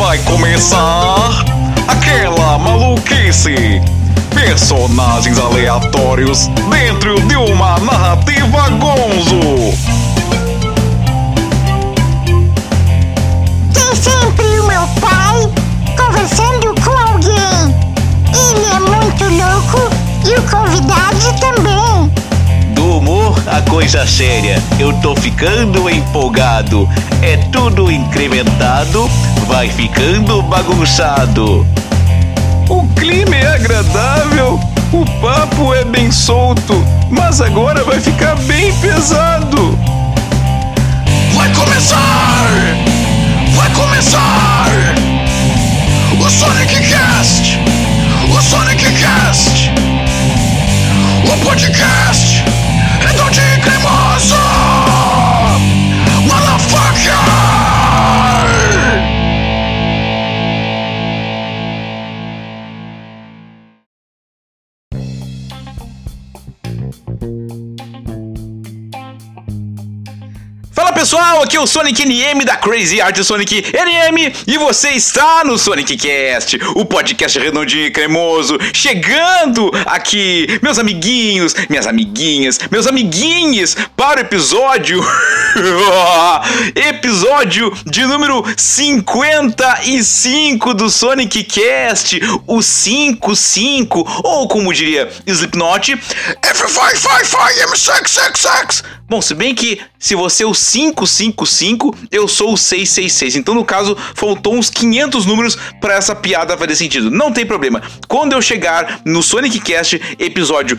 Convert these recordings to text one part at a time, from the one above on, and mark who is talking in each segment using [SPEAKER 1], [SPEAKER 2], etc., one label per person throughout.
[SPEAKER 1] Vai começar aquela maluquice. Personagens aleatórios dentro de uma narrativa gonzo.
[SPEAKER 2] Tem sempre o meu pai conversando com alguém. Ele é muito louco e o convidado também.
[SPEAKER 3] Do humor a coisa séria, eu tô ficando empolgado. É tudo incrementado, vai ficando bagunçado.
[SPEAKER 1] O clima é agradável, o papo é bem solto, mas agora vai ficar bem pesado. Vai começar! Vai começar! O Sonic Cast! O Sonic Cast! O podcast Redondinho e Cremoso! Motherfucker! Fala pessoal, aqui é o Sonic NM da Crazy Art Sonic NM e você está no Sonic Cast, o podcast redondinho e cremoso, chegando aqui, meus amiguinhos, minhas amiguinhas, meus amiguinhos, para o episódio de número 55 do Sonic Cast, o 55, ou como diria Slipknot, F555M666. Bom, se bem que se você é o 555, eu sou o 666. Então, no caso, faltou uns 500 números para essa piada fazer sentido. Não tem problema. Quando eu chegar no Sonic Cast, episódio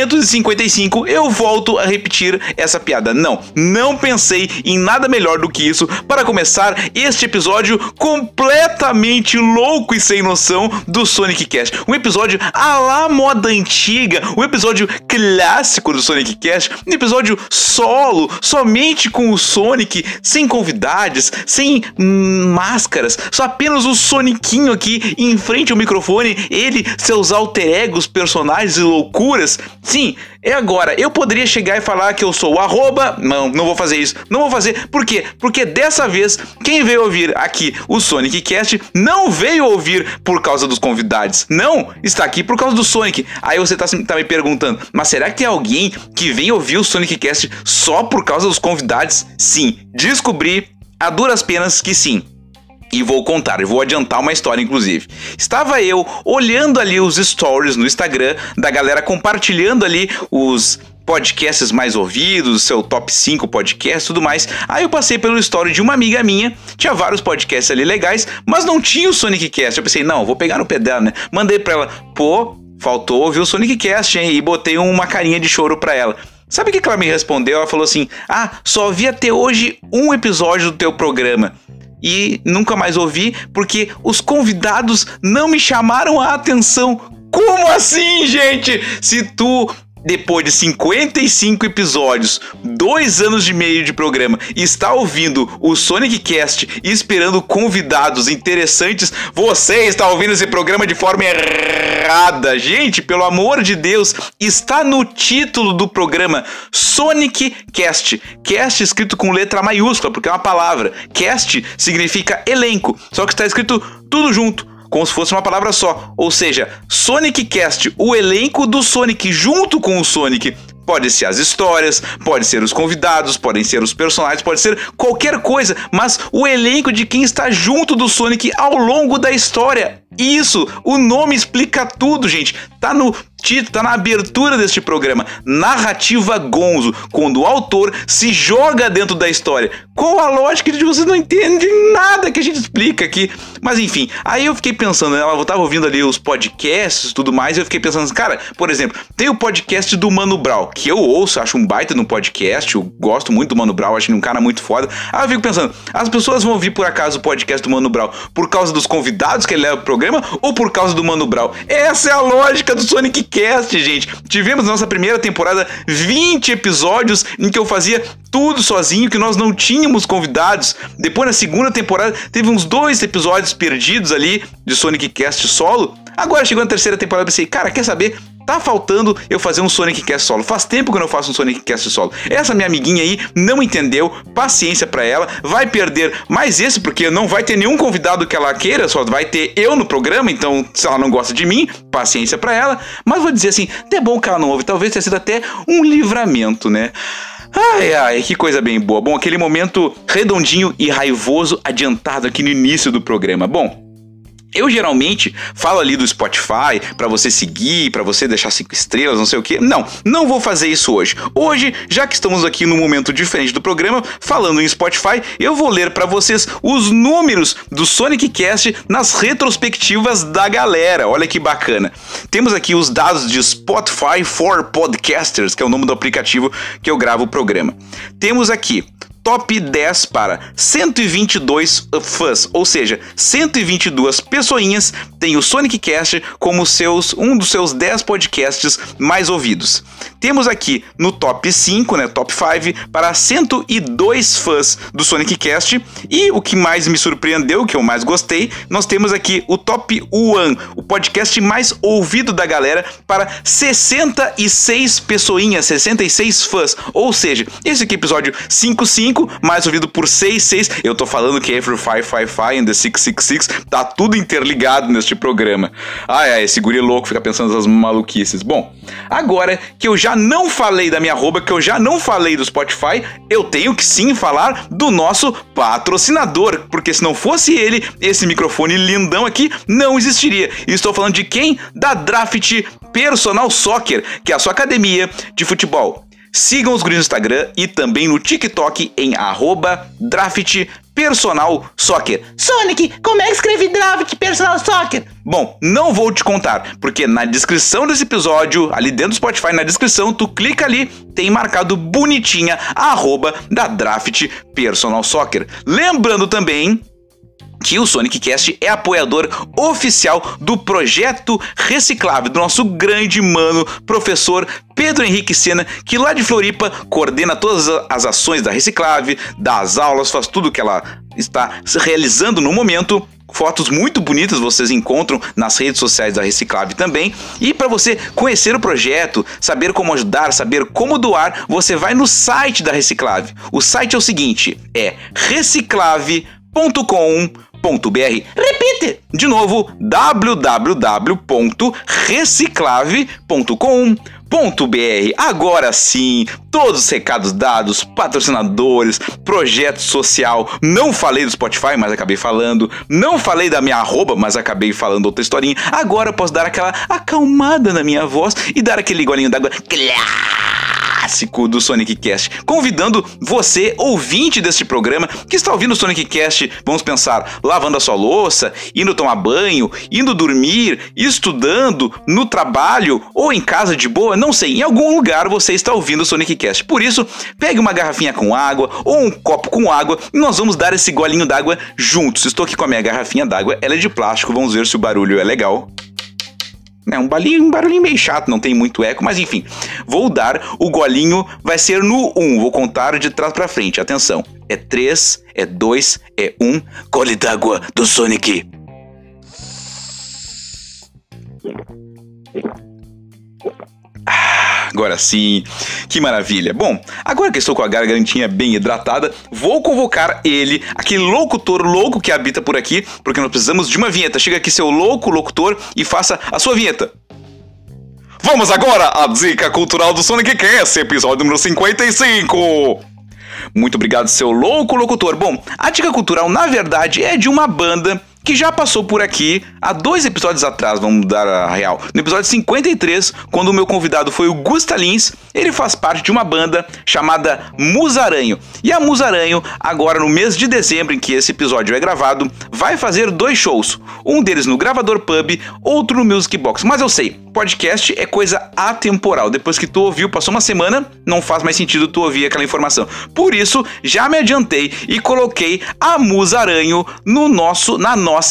[SPEAKER 1] 555, eu volto a repetir essa piada. Não pensei em nada melhor do que isso para começar este episódio completamente louco e sem noção do Sonic Cast. Um episódio à la moda antiga, um episódio clássico do Sonic Cast, um episódio solo, somente com o Sonic, sem convidados, sem máscaras, só apenas o Soniquinho aqui em frente ao microfone, ele, seus alter egos, personagens e loucuras. Sim, é agora. Eu poderia chegar e falar que eu sou o arroba. Não vou fazer isso. Não vou fazer. Por quê? Porque dessa vez, quem veio ouvir aqui o Sonic Cast não veio ouvir por causa dos convidados. Não, está aqui por causa do Sonic. Aí você tá me perguntando, mas será que tem alguém que vem ouvir o Sonic Cast só por causa dos convidados? Sim, descobri a duras penas que sim. E vou contar, vou adiantar uma história inclusive. Estava eu olhando ali os stories no Instagram da galera compartilhando ali os podcasts mais ouvidos, seu top 5 podcasts e tudo mais. Aí eu passei pelo story de uma amiga minha, tinha vários podcasts ali legais, mas não tinha o Sonic Cast. Eu pensei, não, vou pegar no pé dela, né? Mandei pra ela, pô, faltou ouvir o Sonic Cast, hein? E botei uma carinha de choro pra ela. Sabe o que ela me respondeu? Ela falou assim, só vi até hoje um episódio do teu programa. E nunca mais ouvi porque os convidados não me chamaram a atenção. Como assim, gente? Se tu, depois de 55 episódios, 2 anos e meio de programa, está ouvindo o Sonic Cast e esperando convidados interessantes, você está ouvindo esse programa de forma errada. Gente, pelo amor de Deus, está no título do programa Sonic Cast. Cast escrito com letra maiúscula, porque é uma palavra. Cast significa elenco, só que está escrito tudo junto, como se fosse uma palavra só. Ou seja, Sonic Cast, o elenco do Sonic junto com o Sonic. Pode ser as histórias, pode ser os convidados, podem ser os personagens, pode ser qualquer coisa, mas o elenco de quem está junto do Sonic ao longo da história. Isso, o nome explica tudo, gente. Tá no título, tá na abertura deste programa. Narrativa gonzo, quando o autor se joga dentro da história. Qual a lógica de vocês não entendem nada que a gente explica aqui? Mas enfim, aí eu fiquei pensando, ela tava ouvindo ali os podcasts e tudo mais, e eu fiquei pensando, cara, por exemplo, tem o podcast do Mano Brown, que eu ouço, acho um baita no podcast, eu gosto muito do Mano Brown, acho ele um cara muito foda. Aí eu fico pensando, as pessoas vão ouvir por acaso o podcast do Mano Brown por causa dos convidados que ele leva pro programa ou por causa do Mano Brown? Essa é a lógica do Sonic Cast, gente. Tivemos na nossa primeira temporada 20 episódios em que eu fazia tudo sozinho, que nós não tínhamos convidados. Depois, na segunda temporada, teve uns 2 episódios perdidos ali de Sonic Cast solo. Agora chegou na terceira temporada e pensei, cara, quer saber? tá faltando eu fazer um Sonic Cast solo. Faz tempo que eu não faço um Sonic Cast solo. Essa minha amiguinha aí não entendeu, paciência pra ela, vai perder mais esse, porque não vai ter nenhum convidado que ela queira, só vai ter eu no programa, então se ela não gosta de mim, paciência pra ela. Mas vou dizer assim, até bom que ela não ouve, talvez tenha sido até um livramento, né? Ai, que coisa bem boa. Bom, aquele momento redondinho e raivoso adiantado aqui no início do programa. Bom, eu geralmente falo ali do Spotify pra você seguir, pra você deixar 5 estrelas, não sei o que. Não vou fazer isso hoje. Hoje, já que estamos aqui num momento diferente do programa, falando em Spotify, eu vou ler pra vocês os números do Sonic Cast nas retrospectivas da galera. Olha que bacana. Temos aqui os dados de Spotify for Podcasters, que é o nome do aplicativo que eu gravo o programa. Temos aqui top 10 para 122 fãs, ou seja, 122 pessoinhas têm o Sonic Cast como um dos seus 10 podcasts mais ouvidos. Temos aqui no top 5, né, top 5, para 102 fãs do Sonic Cast. E o que mais me surpreendeu, o que eu mais gostei, nós temos aqui o top 1, o podcast mais ouvido da galera, para 66 pessoinhas, 66 fãs. Ou seja, esse aqui é episódio 55, mais ouvido por 66. Eu tô falando que Every 555 and the 666 tá tudo interligado neste programa. Esse guri louco fica pensando nessas maluquices. Bom, agora que eu já não falei da minha arroba, que eu já não falei do Spotify, eu tenho que sim falar do nosso patrocinador, porque se não fosse ele, esse microfone lindão aqui não existiria. E estou falando de quem? Da Draft Personal Soccer, que é a sua academia de futebol. Sigam os guris no Instagram e também no TikTok em @DraftPersonalSoccer.
[SPEAKER 4] Sonic, como é que escreve Draft Personal Soccer?
[SPEAKER 1] Bom, não vou te contar, porque na descrição desse episódio, ali dentro do Spotify, na descrição, tu clica ali, tem marcado bonitinha a @ da Draft Personal Soccer. Lembrando também que o Sonic Cast é apoiador oficial do projeto Reciclável, do nosso grande mano, professor Pedro Henrique Sena, que lá de Floripa coordena todas as ações da Reciclável, dá as aulas, faz tudo que ela está realizando no momento. Fotos muito bonitas vocês encontram nas redes sociais da Reciclável também. E para você conhecer o projeto, saber como ajudar, saber como doar, você vai no site da Reciclável. O site é o seguinte, é reciclave.com.br. Repite! De novo, www.reciclave.com.br. Agora sim, todos os recados dados, patrocinadores, projeto social. Não falei do Spotify, mas acabei falando. Não falei da minha arroba, mas acabei falando outra historinha. Agora eu posso dar aquela acalmada na minha voz e dar aquele golinho d'água clássico do Sonic Cast, convidando você, ouvinte deste programa, que está ouvindo o Sonic Cast, vamos pensar, lavando a sua louça, indo tomar banho, indo dormir, estudando, no trabalho ou em casa de boa, não sei, em algum lugar você está ouvindo o Sonic Cast. Por isso, pegue uma garrafinha com água ou um copo com água e nós vamos dar esse golinho d'água juntos. Estou aqui com a minha garrafinha d'água, ela é de plástico, vamos ver se o barulho é legal. É um barulhinho meio chato, não tem muito eco, mas enfim. Vou dar o golinho, vai ser no 1, vou contar de trás pra frente, atenção. É 3, é 2, é 1, gole d'água do Sonic. Agora sim, que maravilha. Bom, agora que estou com a gargantinha bem hidratada, vou convocar ele, aquele locutor louco que habita por aqui, porque nós precisamos de uma vinheta. Chega aqui, seu louco locutor, e faça a sua vinheta. Vamos agora à dica cultural do Sonic Cast, episódio número 55. Muito obrigado, seu louco locutor. Bom, a dica cultural, na verdade, é de uma banda que já passou por aqui há 2 episódios atrás, vamos dar a real. No episódio 53, quando o meu convidado foi o Gusta Lins, ele faz parte de uma banda chamada Musaranho. E a Musaranho, agora no mês de dezembro, em que esse episódio é gravado, vai fazer 2 shows. Um deles no Gravador Pub, outro no Music Box. Mas eu sei, podcast é coisa atemporal. Depois que tu ouviu, passou uma semana, não faz mais sentido tu ouvir aquela informação. Por isso, já me adiantei e coloquei a Musaranho na nossa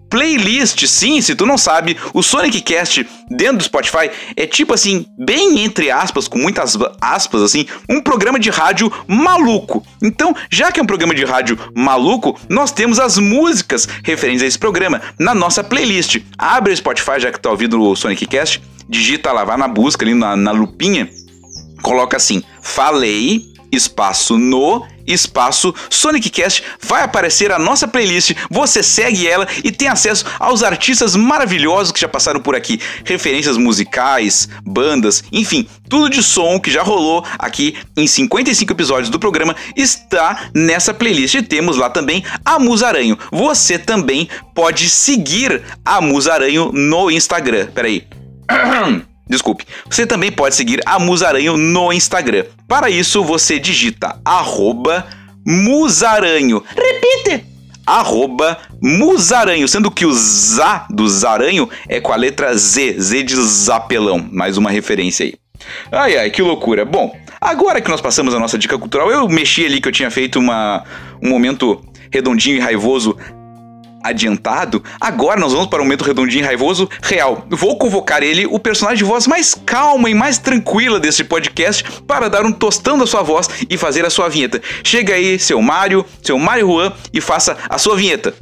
[SPEAKER 1] playlist. Sim, se tu não sabe, o Sonic Cast dentro do Spotify é tipo assim, bem entre aspas, com muitas aspas assim, um programa de rádio maluco. Então, já que é um programa de rádio maluco, nós temos as músicas referentes a esse programa na nossa playlist. Abre o Spotify, já que tá ouvindo o Sonic Cast, digita lá, vai na busca ali na lupinha, coloca assim, falei, espaço no, espaço Sonic Cast, vai aparecer a nossa playlist, você segue ela e tem acesso aos artistas maravilhosos que já passaram por aqui, referências musicais, bandas, enfim, tudo de som que já rolou aqui em 55 episódios do programa está nessa playlist. E temos lá também a Musaranho. Você também pode seguir a Musaranho no Instagram. Peraí. Desculpe. Você também pode seguir a Musaranho no Instagram. Para isso, você digita @Musaranho.
[SPEAKER 4] Repite!
[SPEAKER 1] @Musaranho, sendo que o Zá do Zaranho é com a letra Z. Z de Zapelão. Mais uma referência aí. Ai, ai, que loucura. Bom, agora que nós passamos a nossa dica cultural, eu mexi ali que eu tinha feito um momento redondinho e raivoso adiantado. Agora nós vamos para um momento redondinho e raivoso real. Vou convocar ele, o personagem de voz mais calma e mais tranquila desse podcast, para dar um tostão da sua voz e fazer a sua vinheta. Chega aí, seu Mário Juan, e faça a sua vinheta.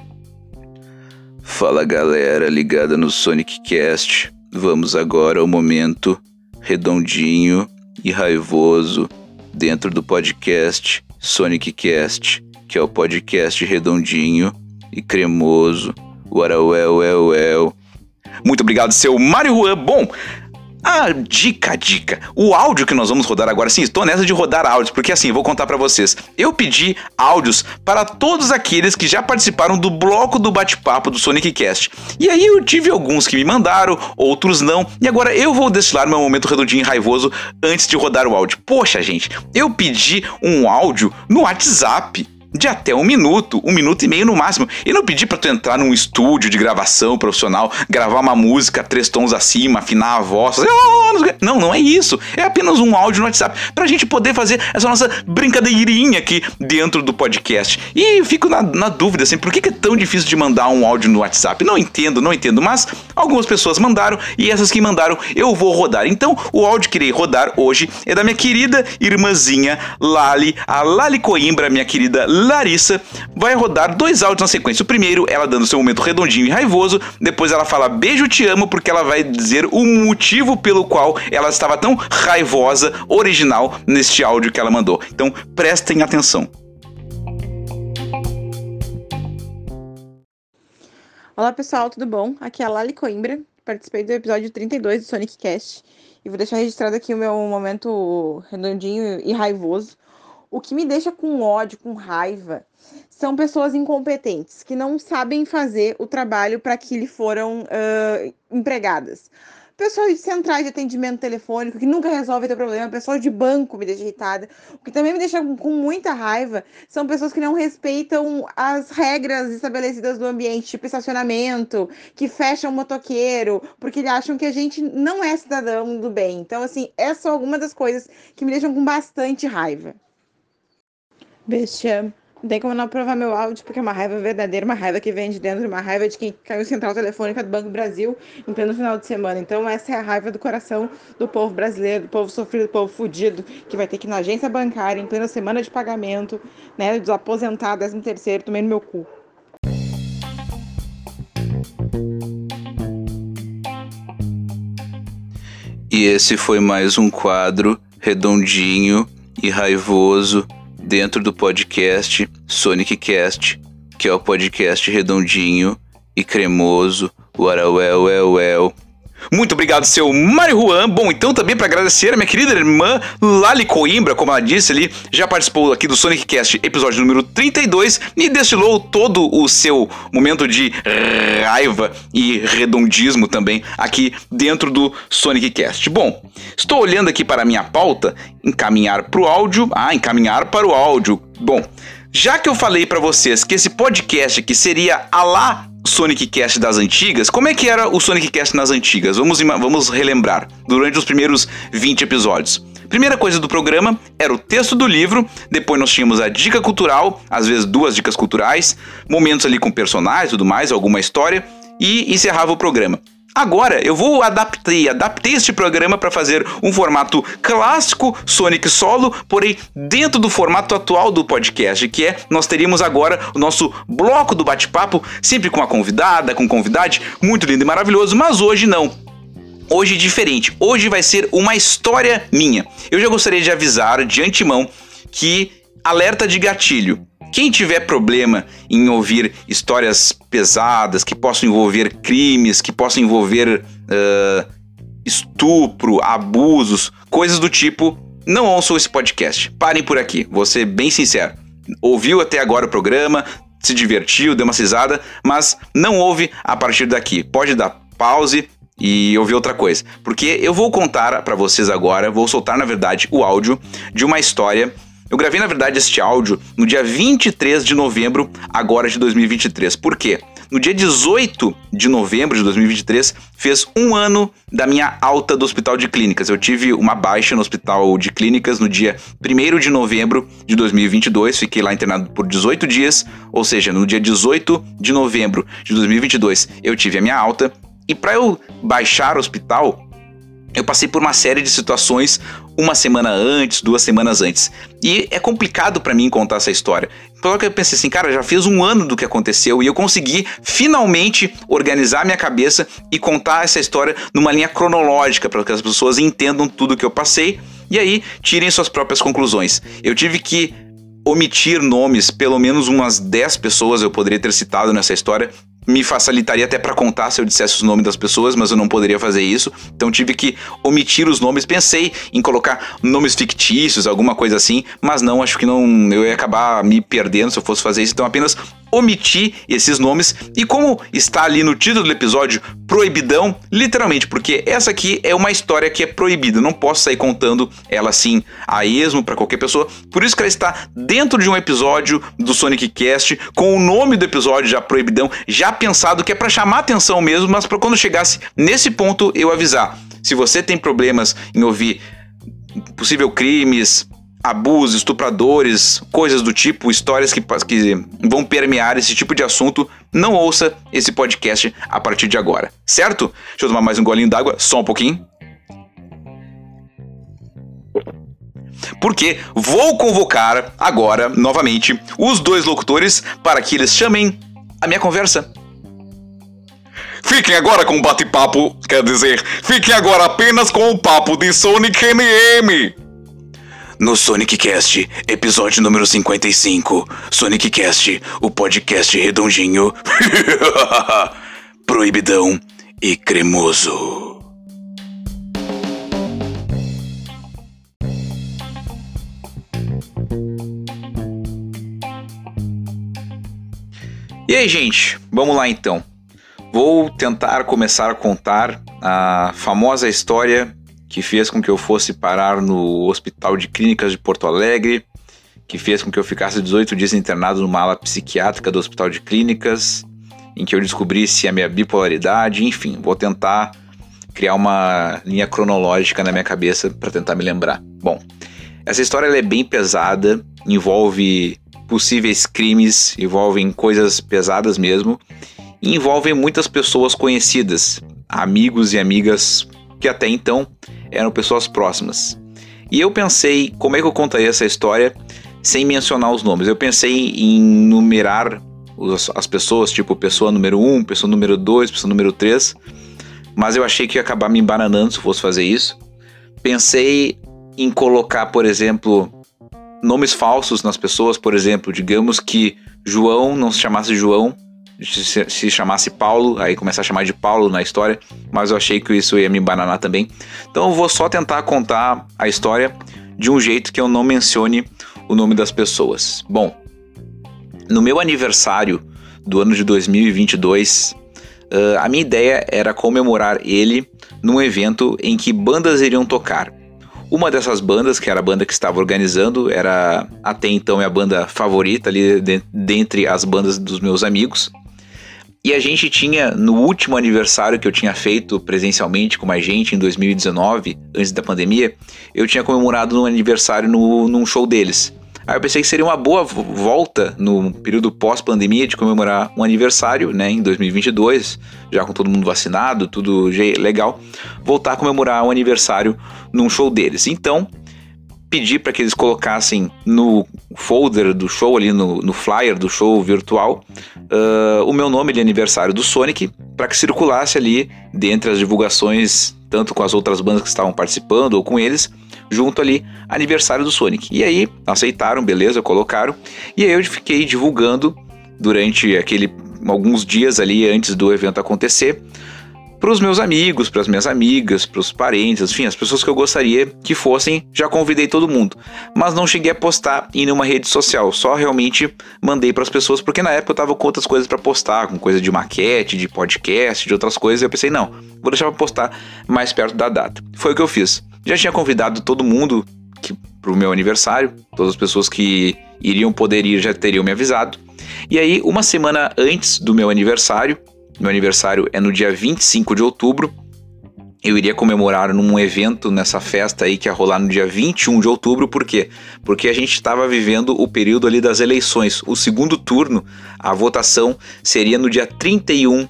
[SPEAKER 1] Fala galera, ligada no Sonic Cast. Vamos agora ao momento redondinho e raivoso dentro do podcast Sonic Cast, que é o podcast redondinho e cremoso. Uarauel. Muito obrigado, seu Mário Juan. Bom, a dica. O áudio que nós vamos rodar agora, sim, estou nessa de rodar áudios, porque assim, vou contar pra vocês. Eu pedi áudios para todos aqueles que já participaram do bloco do bate-papo do Sonic Cast. E aí eu tive alguns que me mandaram, outros não. E agora eu vou destilar meu momento redondinho e raivoso antes de rodar o áudio. Poxa, gente, eu pedi um áudio no WhatsApp de até 1 minuto, 1 minuto e meio no máximo. E não pedi pra tu entrar num estúdio de gravação profissional, gravar uma música 3 tons acima, afinar a voz. Não é isso. É apenas um áudio no WhatsApp pra gente poder fazer essa nossa brincadeirinha aqui dentro do podcast. E fico na dúvida, assim, por que é tão difícil de mandar um áudio no WhatsApp? Não entendo, mas algumas pessoas mandaram e essas que mandaram eu vou rodar. Então, o áudio que irei rodar hoje é da minha querida irmãzinha Lali, a Lali Coimbra, minha querida Larissa. Vai rodar 2 áudios na sequência. O primeiro, ela dando seu momento redondinho e raivoso. Depois ela fala beijo, te amo, porque ela vai dizer o motivo pelo qual ela estava tão raivosa, original, neste áudio que ela mandou. Então, prestem atenção.
[SPEAKER 5] Olá pessoal, tudo bom? Aqui é a Lali Coimbra. Participei do episódio 32 do Sonic Cast. E vou deixar registrado aqui o meu momento redondinho e raivoso. O que me deixa com ódio, com raiva, são pessoas incompetentes, que não sabem fazer o trabalho para que lhe foram empregadas. Pessoas de centrais de atendimento telefônico, que nunca resolvem teu problema. Pessoas de banco me deixa irritada. O que também me deixa com muita raiva são pessoas que não respeitam as regras estabelecidas do ambiente, tipo estacionamento, que fecham motoqueiro, porque eles acham que a gente não é cidadão do bem. Então, assim, essas são algumas das coisas que me deixam com bastante raiva. Beijo, te amo. Não tem como não aprovar meu áudio, porque é uma raiva verdadeira, uma raiva que vem de dentro, uma raiva de quem caiu em central telefônica do Banco do Brasil em pleno final de semana. Então essa é a raiva do coração do povo brasileiro, do povo sofrido, do povo fudido, que vai ter que ir na agência bancária em plena semana de pagamento, né, dos aposentados, 13º, tomei no meu cu.
[SPEAKER 1] E esse foi mais um quadro redondinho e raivoso dentro do podcast Sonic Cast, que é o podcast redondinho e cremoso. Uarauel. Muito obrigado, seu Mário Juan. Bom, então também para agradecer a minha querida irmã Lali Coimbra, como ela disse ali, já participou aqui do Sonic Cast, episódio número 32, e destilou todo o seu momento de raiva e redondismo também aqui dentro do Sonic Cast. Bom, estou olhando aqui para a minha pauta, encaminhar para o áudio. Bom, já que eu falei para vocês que esse podcast aqui seria a lá Sonic Cast das antigas, como é que era o Sonic Cast nas antigas? Vamos relembrar, durante os primeiros 20 episódios. Primeira coisa do programa era o texto do livro, depois nós tínhamos a dica cultural, às vezes 2 dicas culturais, momentos ali com personagens e tudo mais, alguma história, e encerrava o programa. Agora eu vou adaptei este programa para fazer um formato clássico Sonic Solo, porém dentro do formato atual do podcast, que é, nós teríamos agora o nosso bloco do bate-papo, sempre com a convidada, com convidade, muito lindo e maravilhoso, mas hoje não. Hoje diferente, hoje vai ser uma história minha. Eu já gostaria de avisar de antemão que alerta de gatilho. Quem tiver problema em ouvir histórias pesadas, que possam envolver crimes, que possam envolver estupro, abusos, coisas do tipo, não ouçam esse podcast. Parem por aqui, vou ser bem sincero. Ouviu até agora o programa, se divertiu, deu uma risada, mas não ouve a partir daqui. Pode dar pause e ouvir outra coisa. Porque eu vou contar pra vocês agora, vou soltar na verdade o áudio de uma história. Eu gravei, na verdade, este áudio no dia 23 de novembro, agora de 2023. Por quê? No dia 18 de novembro de 2023, fez 1 ano da minha alta do Hospital de Clínicas. Eu tive uma baixa no Hospital de Clínicas no dia 1º de novembro de 2022. Fiquei lá internado por 18 dias, ou seja, no dia 18 de novembro de 2022, eu tive a minha alta. E para eu baixar o hospital, eu passei por uma série de situações 1 semana antes, 2 semanas antes. E é complicado pra mim contar essa história. Então eu pensei assim, cara, já fez 1 ano do que aconteceu e eu consegui finalmente organizar minha cabeça e contar essa história numa linha cronológica para que as pessoas entendam tudo que eu passei e aí tirem suas próprias conclusões. Eu tive que omitir nomes, pelo menos umas 10 pessoas eu poderia ter citado nessa história. Me facilitaria até para contar se eu dissesse os nomes das pessoas, mas eu não poderia fazer isso. Então tive que omitir os nomes. Pensei em colocar nomes fictícios, alguma coisa assim, mas não, acho que não, eu ia acabar me perdendo se eu fosse fazer isso. Então apenas omiti esses nomes. E como está ali no título do episódio, proibidão, literalmente, porque essa aqui é uma história que é proibida. Eu não posso sair contando ela assim a esmo para qualquer pessoa. Por isso que ela está dentro de um episódio do Sonic Cast, com o nome do episódio já proibidão, já pensado, que é para chamar atenção mesmo, mas para quando chegasse nesse ponto eu avisar. Se você tem problemas em ouvir possível crimes, abusos, estupradores, coisas do tipo, histórias que vão permear esse tipo de assunto, não ouça esse podcast a partir de agora, certo? Deixa eu tomar mais um golinho d'água, só um pouquinho. Porque vou convocar agora, novamente, os 2 locutores para que eles chamem a minha conversa. Fiquem agora com o bate-papo, quer dizer, fiquem agora apenas com o papo de Sonic MM. No Sonic Cast, episódio número 55, Sonic Cast, o podcast redondinho, proibidão e cremoso. E aí, gente, vamos lá então. Vou tentar começar a contar a famosa história que fez com que eu fosse parar no Hospital de Clínicas de Porto Alegre, que fez com que eu ficasse 18 dias internado numa ala psiquiátrica do Hospital de Clínicas, em que eu descobrisse a minha bipolaridade, enfim, vou tentar criar uma linha cronológica na minha cabeça para tentar me lembrar. Bom, essa história ela é bem pesada, envolve possíveis crimes, envolvem coisas pesadas mesmo, e envolvem muitas pessoas conhecidas, amigos e amigas que até então eram pessoas próximas. E eu pensei, como é que eu contaria essa história sem mencionar os nomes? Eu pensei em numerar as pessoas, tipo pessoa número 1, pessoa número 2, pessoa número 3, mas eu achei que ia acabar me embananando se eu fosse fazer isso. Pensei em colocar, por exemplo, nomes falsos nas pessoas, por exemplo, digamos que João não se chamasse João, se chamasse Paulo, aí começar a chamar de Paulo na história, mas eu achei que isso ia me embananar também. Então eu vou só tentar contar a história de um jeito que eu não mencione o nome das pessoas. Bom, no meu aniversário do ano de 2022, a minha ideia era comemorar ele num evento em que bandas iriam tocar. Uma dessas bandas, que era a banda que estava organizando, era até então minha banda favorita ali dentre as bandas dos meus amigos. E a gente tinha, no último aniversário que eu tinha feito presencialmente com mais gente, em 2019, antes da pandemia, eu tinha comemorado um aniversário num show deles. Aí eu pensei que seria uma boa volta no período pós-pandemia de comemorar um aniversário, né, em 2022, já com todo mundo vacinado, tudo legal, voltar a comemorar um aniversário num show deles. Então, pedi para que eles colocassem no folder do show, ali no flyer do show virtual, o meu nome de aniversário do Sonic, para que circulasse ali dentre as divulgações, tanto com as outras bandas que estavam participando ou com eles, junto ali, aniversário do Sonic. E aí, aceitaram, beleza, colocaram. E aí eu fiquei divulgando durante alguns dias ali antes do evento acontecer, para os meus amigos, para as minhas amigas, para os parentes, enfim, as pessoas que eu gostaria que fossem, já convidei todo mundo. Mas não cheguei a postar em nenhuma rede social, só realmente mandei para as pessoas, porque na época eu estava com outras coisas para postar, com coisa de maquete, de podcast, de outras coisas, e eu pensei, não, vou deixar para postar mais perto da data. Foi o que eu fiz. Já tinha convidado todo mundo para o meu aniversário, todas as pessoas que iriam poder ir já teriam me avisado. E aí, uma semana antes do meu aniversário é no dia 25 de outubro, eu iria comemorar num evento, nessa festa aí que ia rolar no dia 21 de outubro, por quê? Porque a gente estava vivendo o período ali das eleições, o segundo turno, a votação seria no dia 31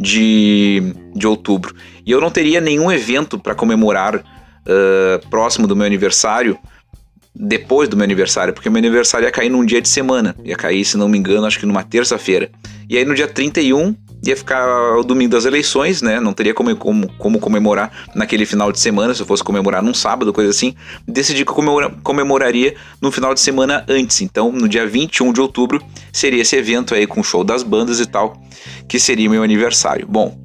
[SPEAKER 1] de outubro, e eu não teria nenhum evento para comemorar próximo do meu aniversário, depois do meu aniversário, porque meu aniversário ia cair num dia de semana, ia cair, se não me engano, acho que numa terça-feira, e aí no dia 31 ia ficar o domingo das eleições, né? Não teria como comemorar naquele final de semana, se eu fosse comemorar num sábado, coisa assim. Decidi que eu comemoraria no final de semana antes. Então, no dia 21 de outubro, seria esse evento aí com o show das bandas e tal, que seria meu aniversário. Bom,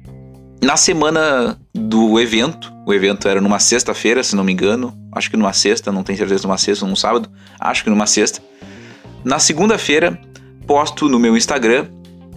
[SPEAKER 1] na semana do evento, o evento era numa sexta-feira, se não me engano. Acho que numa sexta, não tenho certeza, numa sexta ou num sábado. Acho que numa sexta. Na segunda-feira, posto no meu Instagram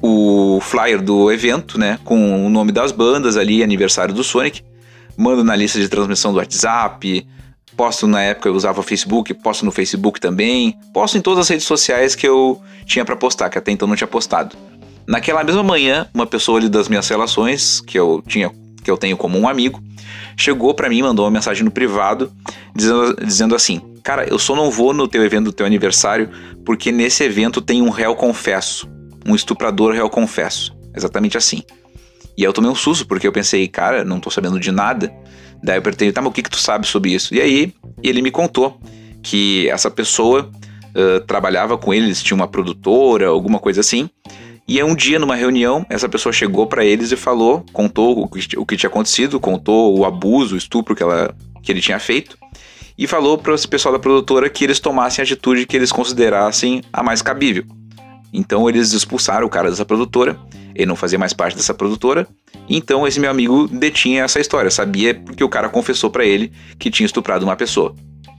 [SPEAKER 1] o flyer do evento, né, com o nome das bandas ali, aniversário do Sonic, mando na lista de transmissão do WhatsApp, posto na época eu usava o Facebook, posto no Facebook também, posto em todas as redes sociais que eu tinha para postar, que até então não tinha postado. Naquela mesma manhã, uma pessoa ali das minhas relações, que eu tenho como um amigo, chegou para mim, mandou uma mensagem no privado, dizendo assim, cara, eu só não vou no teu evento do teu aniversário, porque nesse evento tem um réu confesso. Um estuprador réu confesso, exatamente assim. E aí eu tomei um susto, porque eu pensei, cara, não tô sabendo de nada. Daí eu perguntei, tá, mas o que tu sabe sobre isso? E aí ele me contou que essa pessoa trabalhava com eles, tinha uma produtora, alguma coisa assim. E aí um dia, numa reunião, essa pessoa chegou pra eles e falou, contou o que tinha acontecido, contou o abuso, o estupro que ele tinha feito. E falou para esse pessoal da produtora que eles tomassem a atitude que eles considerassem a mais cabível. Então eles expulsaram o cara dessa produtora, ele não fazia mais parte dessa produtora, então esse meu amigo detinha essa história, sabia porque o cara confessou pra ele que tinha estuprado uma pessoa.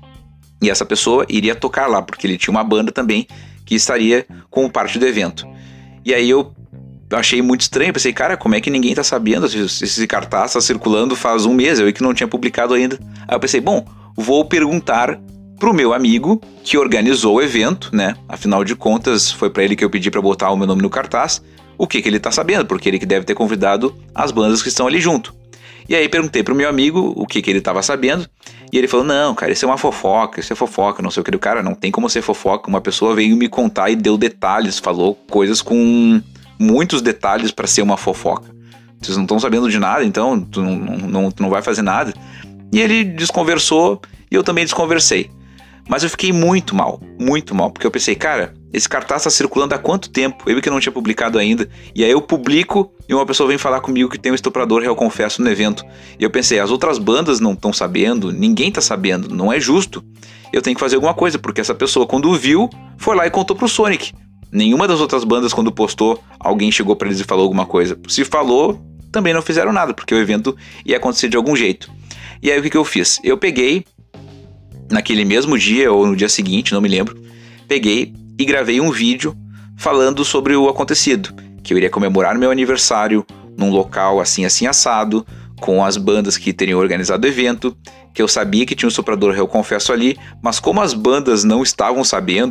[SPEAKER 1] E essa pessoa iria tocar lá, porque ele tinha uma banda também que estaria como parte do evento. E aí eu achei muito estranho, pensei, cara, como é que ninguém tá sabendo? Esse cartaz tá circulando faz um mês, eu que não tinha publicado ainda. Aí eu pensei, bom, vou perguntar pro meu amigo que organizou o evento, né? Afinal de contas, foi pra ele que eu pedi pra botar o meu nome no cartaz, o que ele tá sabendo, porque ele que deve ter convidado as bandas que estão ali junto. E aí perguntei pro meu amigo o que ele tava sabendo, e ele falou, não, cara, isso é uma fofoca, isso é fofoca, não sei o que. Do cara, não tem como ser fofoca, uma pessoa veio me contar e deu detalhes, falou coisas com muitos detalhes pra ser uma fofoca. Vocês não estão sabendo de nada, então tu não vai fazer nada. E ele desconversou e eu também desconversei. Mas eu fiquei muito mal, porque eu pensei, cara, esse cartaz tá circulando há quanto tempo? Eu que não tinha publicado ainda, e aí eu publico e uma pessoa vem falar comigo que tem um estuprador réu confesso no evento. E eu pensei, as outras bandas não estão sabendo, ninguém tá sabendo, não é justo. Eu tenho que fazer alguma coisa, porque essa pessoa, quando viu, foi lá e contou pro Sonic. Nenhuma das outras bandas, quando postou, alguém chegou pra eles e falou alguma coisa. Se falou, também não fizeram nada, porque o evento ia acontecer de algum jeito. E aí o que eu fiz? Eu peguei, naquele mesmo dia ou no dia seguinte, não me lembro, peguei e gravei um vídeo falando sobre o acontecido, que eu iria comemorar meu aniversário num local assim assado, com as bandas que teriam organizado o evento, que eu sabia que tinha um estuprador réu confesso ali, mas como as bandas não estavam sabendo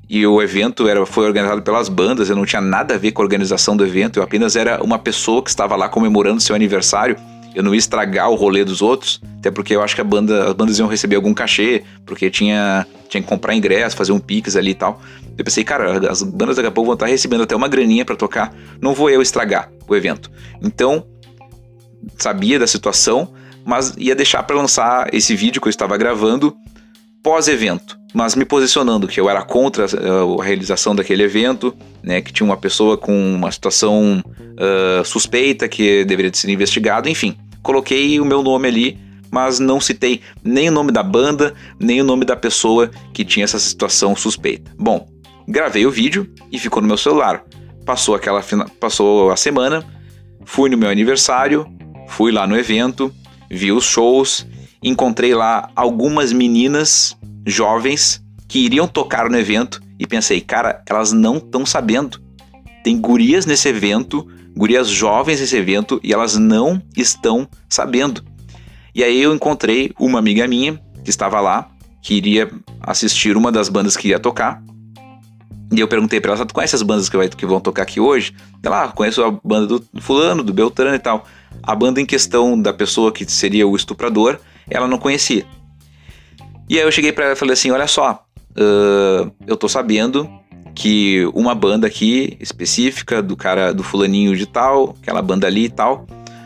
[SPEAKER 1] e o evento foi organizado pelas bandas, eu não tinha nada a ver com a organização do evento, eu apenas era uma pessoa que estava lá comemorando seu aniversário. Eu não ia estragar o rolê dos outros, até porque eu acho que as bandas iam receber algum cachê, porque tinha que comprar ingresso, fazer um pix ali e tal. Eu pensei, cara, as bandas daqui a pouco vão estar recebendo até uma graninha pra tocar, não vou eu estragar o evento. Então, sabia da situação, mas ia deixar pra lançar esse vídeo que eu estava gravando pós-evento, mas me posicionando que eu era contra a realização daquele evento, né, que tinha uma pessoa com uma situação suspeita que deveria ser investigado, enfim. Coloquei o meu nome ali, mas não citei nem o nome da banda, nem o nome da pessoa que tinha essa situação suspeita. Bom, gravei o vídeo e ficou no meu celular. Passou a semana, fui no meu aniversário, fui lá no evento, vi os shows, encontrei lá algumas meninas jovens que iriam tocar no evento e pensei, cara, elas não estão sabendo. Tem gurias nesse evento, gurias jovens nesse evento e elas não estão sabendo. E aí eu encontrei uma amiga minha que estava lá, que iria assistir uma das bandas que ia tocar. E eu perguntei pra ela, tu conhece as bandas que vão tocar aqui hoje? Ela, conheço a banda do fulano, do Beltrano e tal. A banda em questão da pessoa que seria o estuprador, ela não conhecia. E aí eu cheguei pra ela e falei assim, olha só, eu tô sabendo que uma banda aqui específica do cara, do fulaninho de tal, aquela banda ali e tal,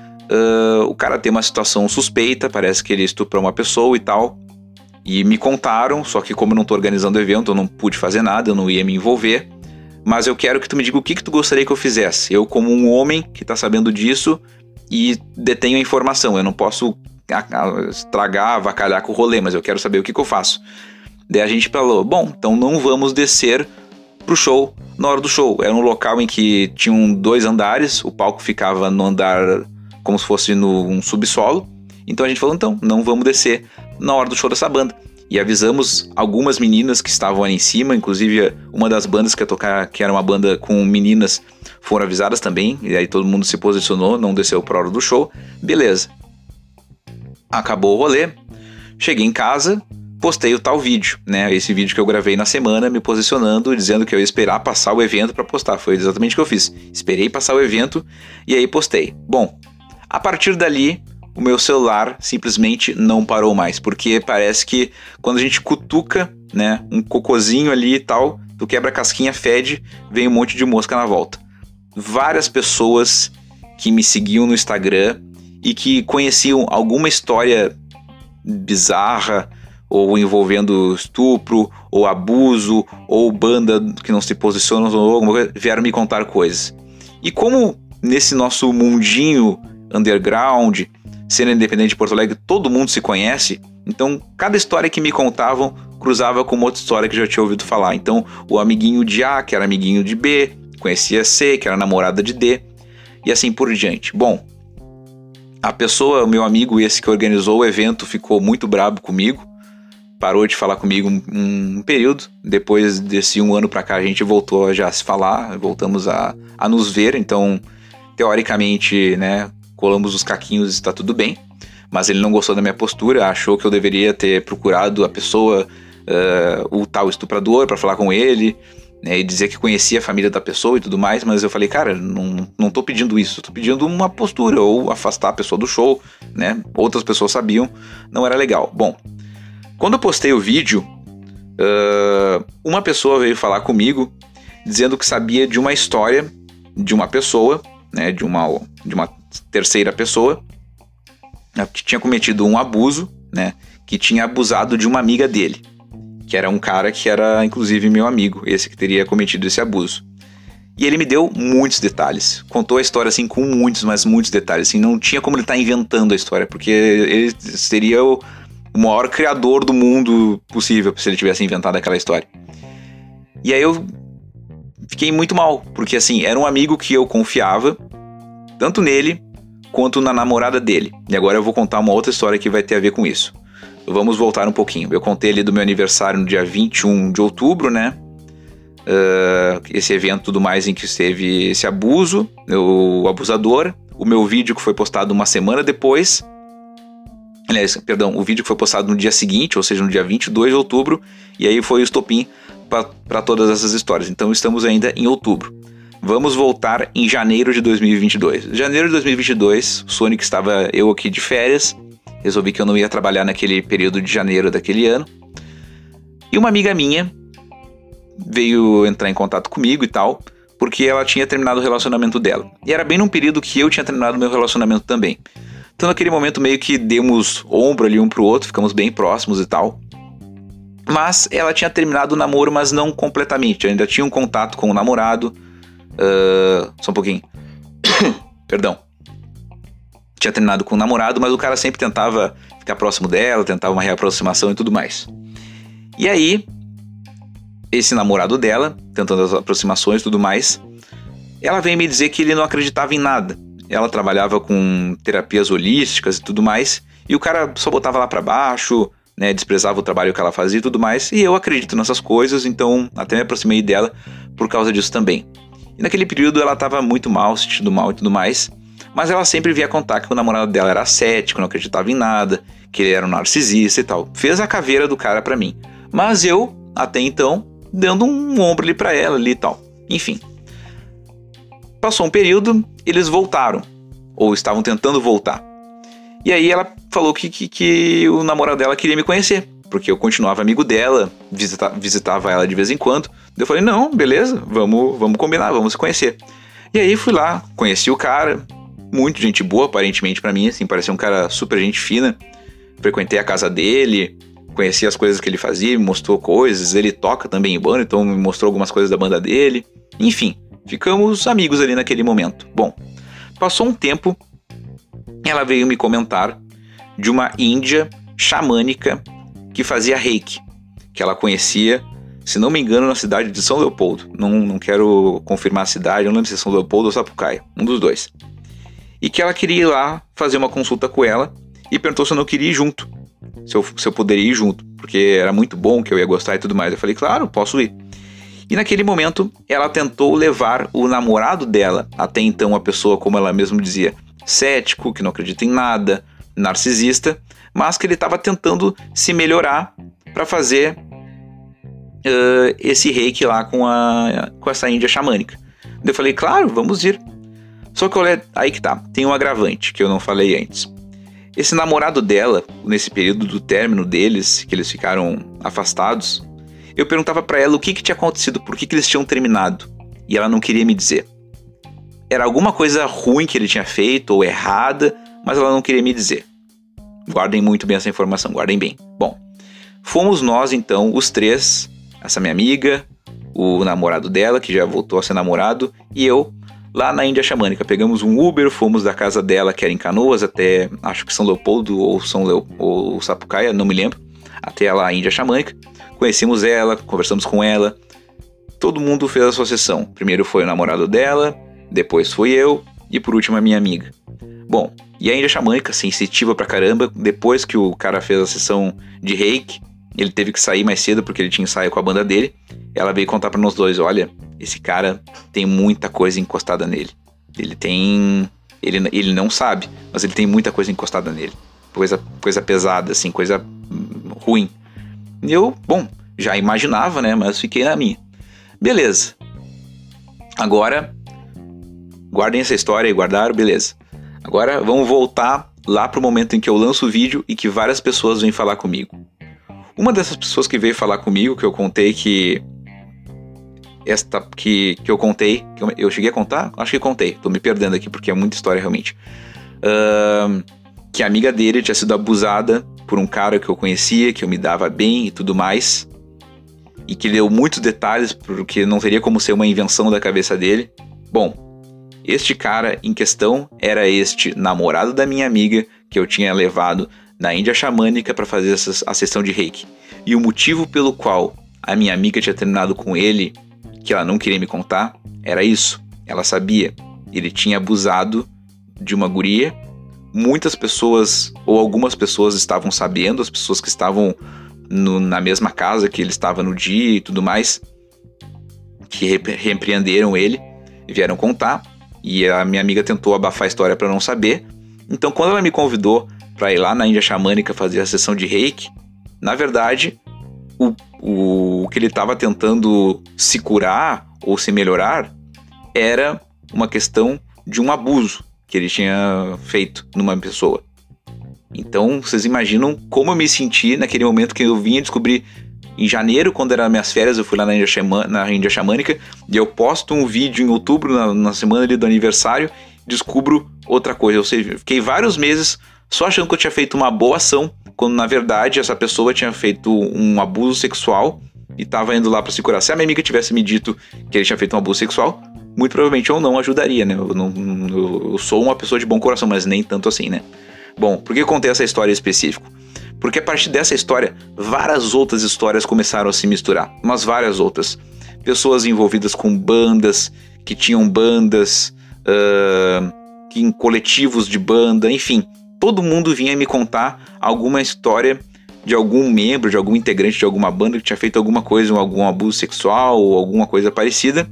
[SPEAKER 1] o cara tem uma situação suspeita, parece que ele estuprou uma pessoa e tal. E me contaram, só que como eu não tô organizando o evento, eu não pude fazer nada, eu não ia me envolver. Mas eu quero que tu me diga o que tu gostaria que eu fizesse. Eu, como um homem que tá sabendo disso e detenho a informação, eu não posso estragar, avacalhar com o rolê, mas eu quero saber o que eu faço. Daí a gente falou, bom, então não vamos descer pro show na hora do show. Era um local em que tinham 2 andares, o palco ficava no andar como se fosse num subsolo. Então a gente falou, então, não vamos descer na hora do show dessa banda. E avisamos algumas meninas que estavam ali em cima, inclusive uma das bandas que ia tocar, que era uma banda com meninas, foram avisadas também. E aí todo mundo se posicionou, não desceu pra hora do show. Beleza. Acabou o rolê. Cheguei em casa, postei o tal vídeo, né? Esse vídeo que eu gravei na semana, me posicionando, dizendo que eu ia esperar passar o evento pra postar. Foi exatamente o que eu fiz. Esperei passar o evento e aí postei. Bom, a partir dali, o meu celular simplesmente não parou mais, porque parece que quando a gente cutuca, né, um cocôzinho ali e tal, tu quebra a casquinha, fede, vem um monte de mosca na volta. Várias pessoas que me seguiam no Instagram e que conheciam alguma história bizarra, ou envolvendo estupro, ou abuso, ou banda que não se posiciona, ou alguma coisa, vieram me contar coisas. E como nesse nosso mundinho underground, cena independente de Porto Alegre, todo mundo se conhece, então cada história que me contavam cruzava com uma outra história que eu já tinha ouvido falar. Então o amiguinho de A, que era amiguinho de B, conhecia C, que era namorada de D, e assim por diante. Bom, a pessoa, o meu amigo esse que organizou o evento, ficou muito brabo comigo, parou de falar comigo um período. Depois desse 1 ano pra cá a gente voltou a já se falar, voltamos a nos ver, então teoricamente, né, colamos os caquinhos e está tudo bem, mas ele não gostou da minha postura, achou que eu deveria ter procurado a pessoa, o tal estuprador, para falar com ele, né, e dizer que conhecia a família da pessoa e tudo mais, mas eu falei, cara, não tô pedindo isso, tô pedindo uma postura, ou afastar a pessoa do show, né, outras pessoas sabiam, não era legal. Bom, quando eu postei o vídeo, uma pessoa veio falar comigo, dizendo que sabia de uma história de uma pessoa, né, de uma terceira pessoa, que tinha cometido um abuso, né, que tinha abusado de uma amiga dele, que era um cara que era inclusive meu amigo, esse que teria cometido esse abuso. E ele me deu muitos detalhes, contou a história assim com muitos, mas muitos detalhes, assim, não tinha como ele estar inventando a história, porque ele seria o maior criador do mundo possível se ele tivesse inventado aquela história. E aí eu fiquei muito mal, porque assim, era um amigo que eu confiava, tanto nele, quanto na namorada dele. E agora eu vou contar uma outra história que vai ter a ver com isso. Vamos voltar um pouquinho. Eu contei ali do meu aniversário no dia 21 de outubro, né? Esse evento e tudo mais em que teve esse abuso, o abusador. O meu vídeo que foi postado uma semana depois. Aliás, perdão, o vídeo que foi postado no dia seguinte, ou seja, no dia 22 de outubro. E aí foi o estopim para todas essas histórias. Então estamos ainda em outubro. Vamos voltar em janeiro de 2022. Janeiro de 2022, o Sonic estava eu aqui de férias. Resolvi que eu não ia trabalhar naquele período de janeiro daquele ano. E uma amiga minha veio entrar em contato comigo e tal, porque ela tinha terminado o relacionamento dela. E era bem num período que eu tinha terminado meu relacionamento também. Então naquele momento meio que demos ombro ali um pro outro, ficamos bem próximos e tal. Mas ela tinha terminado o namoro, mas não completamente. Eu ainda tinha um contato com o namorado. Só um pouquinho. Perdão. Tinha terminado com o namorado, mas o cara sempre tentava ficar próximo dela, tentava uma reaproximação e tudo mais. E aí, esse namorado dela, tentando as aproximações e tudo mais, ela veio me dizer que ele não acreditava em nada. Ela trabalhava com terapias holísticas e tudo mais, e o cara só botava lá pra baixo, né, desprezava o trabalho que ela fazia e tudo mais, e eu acredito nessas coisas, então até me aproximei dela por causa disso também. E naquele período ela tava muito mal, se sentindo mal e tudo mais, mas ela sempre via contar que o namorado dela era cético, não acreditava em nada, que ele era um narcisista e tal. Fez a caveira do cara pra mim. Mas eu, até então, dando um ombro ali pra ela ali e tal. Enfim. Passou um período, eles voltaram. Ou estavam tentando voltar. E aí ela falou que o namorado dela queria me conhecer. Porque eu continuava amigo dela, visitava ela de vez em quando. Eu falei, não, beleza, vamos combinar, vamos se conhecer. E aí fui lá, conheci o cara. Muito gente boa, aparentemente pra mim, assim, parecia um cara super gente fina. Frequentei a casa dele, conheci as coisas que ele fazia, me mostrou coisas. Ele toca também em banda, então me mostrou algumas coisas da banda dele. Enfim, ficamos amigos ali naquele momento. Bom, passou um tempo, ela veio me comentar de uma índia xamânica que fazia reiki, que ela conhecia, se não me engano, na cidade de São Leopoldo. Não quero confirmar a cidade, não lembro se é São Leopoldo ou Sapucaia, um dos dois. E que ela queria ir lá fazer uma consulta com ela e perguntou se eu não queria ir junto, se eu poderia ir junto, porque era muito bom, que eu ia gostar e tudo mais. Eu falei, claro, posso ir. E naquele momento ela tentou levar o namorado dela, até então uma pessoa, como ela mesma dizia, cético, que não acredita em nada, narcisista, mas que ele estava tentando se melhorar para fazer esse reiki lá com essa índia xamânica. Eu falei, claro, vamos ir. Só que olha, aí que tá, tem um agravante que eu não falei antes. Esse namorado dela, nesse período do término deles, que eles ficaram afastados, eu perguntava pra ela o que tinha acontecido, por que eles tinham terminado. E ela não queria me dizer. Era alguma coisa ruim que ele tinha feito, ou errada, mas ela não queria me dizer. Guardem muito bem essa informação, guardem bem. Bom, fomos nós então, os três, essa minha amiga, o namorado dela, que já voltou a ser namorado, e eu, lá na Índia Xamânica. Pegamos um Uber, fomos da casa dela, que era em Canoas, até acho que São Leopoldo ou Sapucaia, não me lembro, até lá a Índia Xamânica. Conhecemos ela, conversamos com ela, todo mundo fez a sua sessão. Primeiro foi o namorado dela, depois fui eu e por último a minha amiga. Bom, e a Índia Xamânica, sensitiva pra caramba, depois que o cara fez a sessão de reiki, ele teve que sair mais cedo porque ele tinha ensaio com a banda dele. Ela veio contar pra nós dois, olha, esse cara tem muita coisa encostada nele. Ele não sabe, mas ele tem muita coisa encostada nele. Coisa pesada, assim, coisa ruim. E eu, bom, já imaginava, né, mas fiquei na minha. Beleza. Agora, guardem essa história e guardaram, beleza. Agora vamos voltar lá pro momento em que eu lanço o vídeo e que várias pessoas vêm falar comigo. Uma dessas pessoas que veio falar comigo, que eu contei que eu cheguei a contar? Acho que contei, tô me perdendo aqui porque é muita história realmente. Que a amiga dele tinha sido abusada por um cara que eu conhecia, que eu me dava bem e tudo mais. E que deu muitos detalhes, porque não teria como ser uma invenção da cabeça dele. Bom, este cara em questão era este namorado da minha amiga, que eu tinha levado na Índia Xamânica para fazer a sessão de reiki. E o motivo pelo qual a minha amiga tinha terminado com ele, que ela não queria me contar, era isso. Ela sabia. Ele tinha abusado de uma guria. Muitas pessoas, ou algumas pessoas estavam sabendo, as pessoas que estavam na mesma casa que ele estava no dia e tudo mais, que repreenderam ele e vieram contar. E a minha amiga tentou abafar a história para não saber. Então quando ela me convidou para ir lá na Índia Xamânica fazer a sessão de reiki, na verdade, o o que ele estava tentando se curar ou se melhorar era uma questão de um abuso que ele tinha feito numa pessoa. Então, vocês imaginam como eu me senti naquele momento que eu vinha descobrir em janeiro, quando eram minhas férias, eu fui lá na Índia Xamânica, e eu posto um vídeo em outubro, na semana ali do aniversário, descubro outra coisa. Ou seja, eu fiquei vários meses só achando que eu tinha feito uma boa ação, quando na verdade essa pessoa tinha feito um abuso sexual e estava indo lá para se curar. Se a minha amiga tivesse me dito que ele tinha feito um abuso sexual, muito provavelmente eu não ajudaria, né? Eu sou uma pessoa de bom coração, mas nem tanto assim, né? Bom, por que eu contei essa história em específico? Porque a partir dessa história, várias outras histórias começaram a se misturar. Mas várias outras. Pessoas envolvidas com bandas, que tinham bandas, em coletivos de banda, enfim. Todo mundo vinha me contar alguma história de algum membro, de algum integrante de alguma banda que tinha feito alguma coisa, algum abuso sexual ou alguma coisa parecida.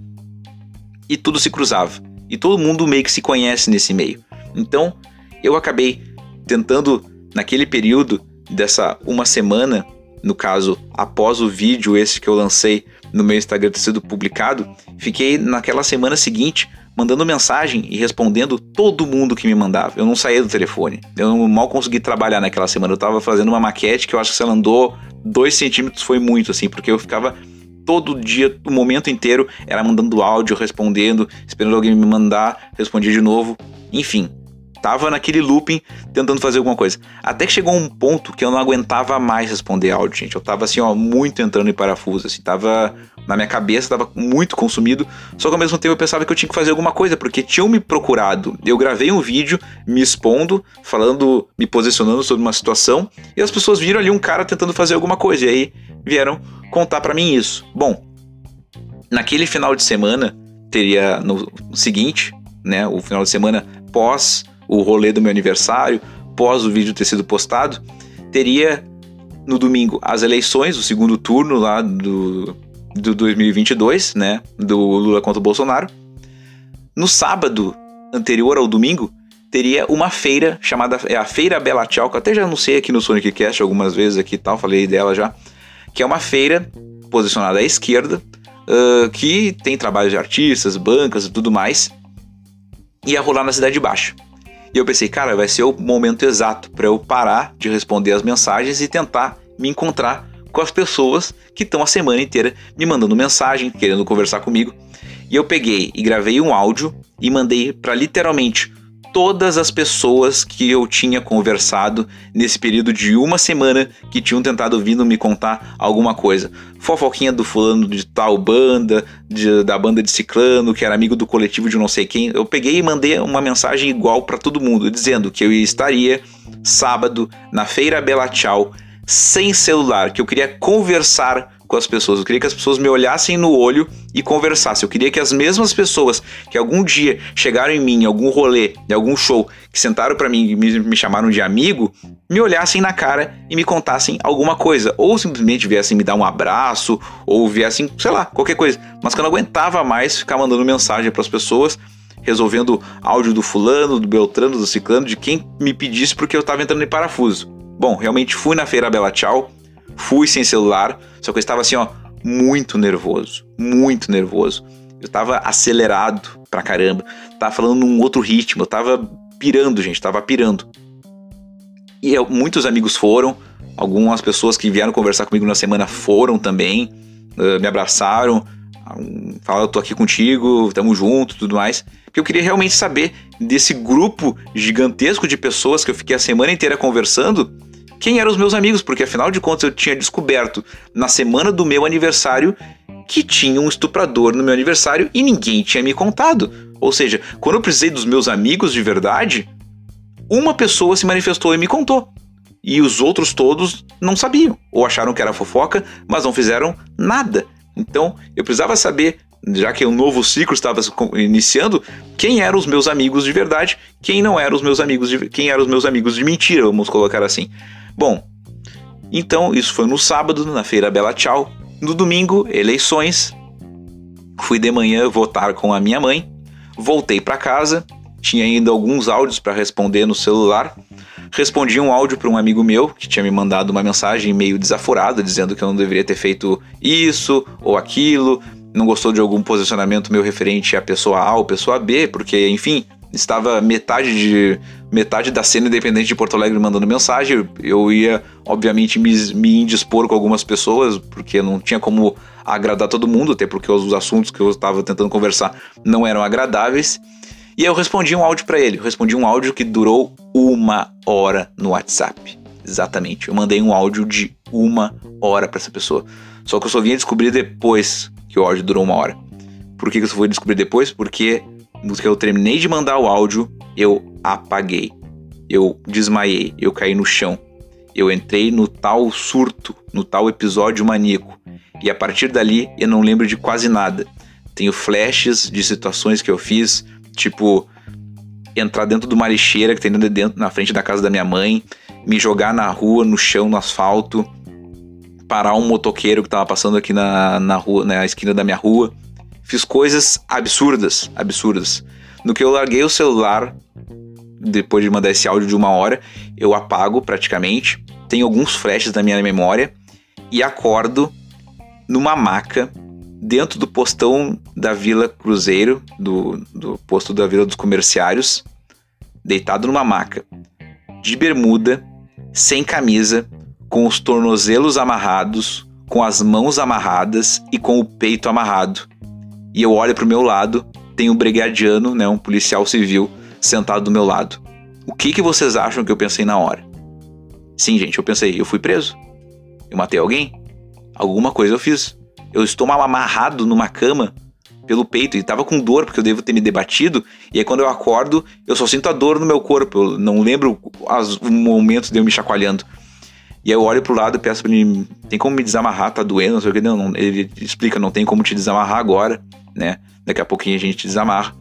[SPEAKER 1] E tudo se cruzava. E todo mundo meio que se conhece nesse meio. Então, eu acabei tentando, naquele período dessa uma semana, no caso, após o vídeo esse que eu lancei no meu Instagram ter sido publicado, fiquei naquela semana seguinte mandando mensagem e respondendo todo mundo que me mandava. Eu não saía do telefone. Eu mal consegui trabalhar naquela semana. Eu tava fazendo uma maquete que eu acho que se ela andou 2 centímetros foi muito, assim, porque eu ficava todo dia, o momento inteiro, era mandando áudio, respondendo, esperando alguém me mandar, respondia de novo, enfim. Tava naquele looping, tentando fazer alguma coisa. Até que chegou um ponto que eu não aguentava mais responder áudio, gente. Eu tava assim, muito entrando em parafuso, assim. Tava na minha cabeça, tava muito consumido. Só que ao mesmo tempo eu pensava que eu tinha que fazer alguma coisa, porque tinham me procurado. Eu gravei um vídeo me expondo, falando, me posicionando sobre uma situação. E as pessoas viram ali um cara tentando fazer alguma coisa. E aí vieram contar pra mim isso. Bom, naquele final de semana, teria no seguinte, né? O final de semana pós o rolê do meu aniversário, pós o vídeo ter sido postado, teria no domingo as eleições, o segundo turno lá do 2022, né, do Lula contra o Bolsonaro. No sábado anterior ao domingo, teria uma feira chamada a Feira Bela Tchau, que eu até já anunciei aqui no Sonic Cast algumas vezes aqui e tal, falei dela já, que é uma feira posicionada à esquerda, que tem trabalhos de artistas, bancas e tudo mais, ia rolar na Cidade Baixa. E eu pensei, cara, vai ser o momento exato para eu parar de responder as mensagens e tentar me encontrar com as pessoas que estão a semana inteira me mandando mensagem, querendo conversar comigo. E eu peguei e gravei um áudio e mandei para literalmente todas as pessoas que eu tinha conversado nesse período de uma semana que tinham tentado vindo me contar alguma coisa. Fofoquinha do fulano de tal banda, da banda de ciclano, que era amigo do coletivo de não sei quem. Eu peguei e mandei uma mensagem igual para todo mundo, dizendo que eu estaria sábado na Feira Bela Tchau, sem celular, que eu queria conversar com as pessoas, eu queria que as pessoas me olhassem no olho e conversassem, eu queria que as mesmas pessoas que algum dia chegaram em mim, em algum rolê, em algum show, que sentaram pra mim e me chamaram de amigo, me olhassem na cara e me contassem alguma coisa, ou simplesmente viessem me dar um abraço, ou viessem, sei lá, qualquer coisa, mas que eu não aguentava mais ficar mandando mensagem pras pessoas, resolvendo áudio do fulano, do beltrano, do ciclano, de quem me pedisse porque eu tava entrando em parafuso. Bom, realmente fui na Feira Bela Tchau, fui sem celular, só que eu estava assim, muito nervoso, muito nervoso. Eu estava acelerado pra caramba, tava falando num outro ritmo, eu tava pirando, gente, tava pirando. E muitos amigos foram, algumas pessoas que vieram conversar comigo na semana foram também, me abraçaram, falaram, eu tô aqui contigo, tamo junto, tudo mais. Porque eu queria realmente saber desse grupo gigantesco de pessoas que eu fiquei a semana inteira conversando, quem eram os meus amigos, porque afinal de contas eu tinha descoberto na semana do meu aniversário que tinha um estuprador no meu aniversário e ninguém tinha me contado. Ou seja, quando eu precisei dos meus amigos de verdade, uma pessoa se manifestou e me contou. E os outros todos não sabiam, ou acharam que era fofoca, mas não fizeram nada. Então eu precisava saber, já que um novo ciclo estava iniciando, quem eram os meus amigos de verdade, quem não eram os meus amigos quem eram os meus amigos de mentira, vamos colocar assim. Bom, então isso foi no sábado, na Feira Bela Tchau. No domingo, eleições. Fui de manhã votar com a minha mãe. Voltei para casa. Tinha ainda alguns áudios para responder no celular. respondi um áudio para um amigo meu que tinha me mandado uma mensagem meio desaforada, dizendo que eu não deveria ter feito isso ou aquilo, não gostou de algum posicionamento meu referente à pessoa A ou pessoa B, porque, enfim, estava metade da cena independente de Porto Alegre mandando mensagem. Eu ia, obviamente, me indispor com algumas pessoas, porque não tinha como agradar todo mundo, até porque os assuntos que eu estava tentando conversar não eram agradáveis. E aí eu respondi um áudio para ele. Eu respondi um áudio que durou 1 hora no WhatsApp. Exatamente. Eu mandei um áudio de 1 hora para essa pessoa. Só que eu só vim descobrir depois que o áudio durou 1 hora. Por que eu só fui descobrir depois? Porque no que eu terminei de mandar o áudio, eu apaguei. Eu desmaiei. Eu caí no chão. Eu entrei no tal surto, no tal episódio maníaco. E a partir dali, eu não lembro de quase nada. Tenho flashes de situações que eu fiz, tipo, entrar dentro de uma lixeira que tem dentro, na frente da casa da minha mãe, me jogar na rua, no chão, no asfalto, parar um motoqueiro que tava passando aqui na rua, na esquina da minha rua. Fiz coisas absurdas. No que eu larguei o celular, depois de mandar esse áudio de 1 hora, eu apago praticamente. Tenho alguns flashes da minha memória e acordo numa maca dentro do postão da Vila Cruzeiro, do posto da Vila dos Comerciários, deitado numa maca, de bermuda, sem camisa, com os tornozelos amarrados, com as mãos amarradas e com o peito amarrado. E eu olho pro meu lado, tem um brigadiano, né, um policial civil, sentado do meu lado. O que vocês acham que eu pensei na hora? Sim, gente, eu pensei, eu fui preso? Eu matei alguém? Alguma coisa eu fiz. Eu estou mal amarrado numa cama pelo peito e tava com dor porque eu devo ter me debatido. E aí quando eu acordo, eu só sinto a dor no meu corpo. Eu não lembro os momentos de eu me chacoalhando. E aí eu olho pro lado e peço pra ele, tem como me desamarrar? Tá doendo? Não sei o que. Não, ele explica, não tem como te desamarrar agora, né? Daqui a pouquinho a gente te desamarra.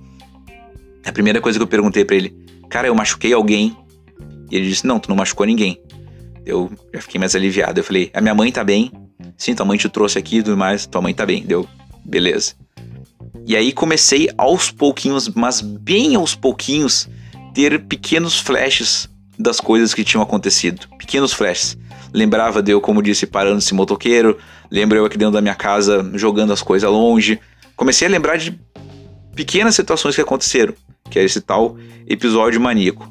[SPEAKER 1] A primeira coisa que eu perguntei pra ele, cara, eu machuquei alguém? E ele disse, não, tu não machucou ninguém. Eu já fiquei mais aliviado. Eu falei, a minha mãe tá bem? Sim, tua mãe te trouxe aqui e tudo mais, tua mãe tá bem. Deu, beleza. E aí comecei aos pouquinhos, mas bem aos pouquinhos, ter pequenos flashes das coisas que tinham acontecido. Pequenos flashes. Lembrava de eu, como disse, parando esse motoqueiro. Lembro eu aqui dentro da minha casa, jogando as coisas longe. Comecei a lembrar de pequenas situações que aconteceram, que é esse tal episódio maníaco.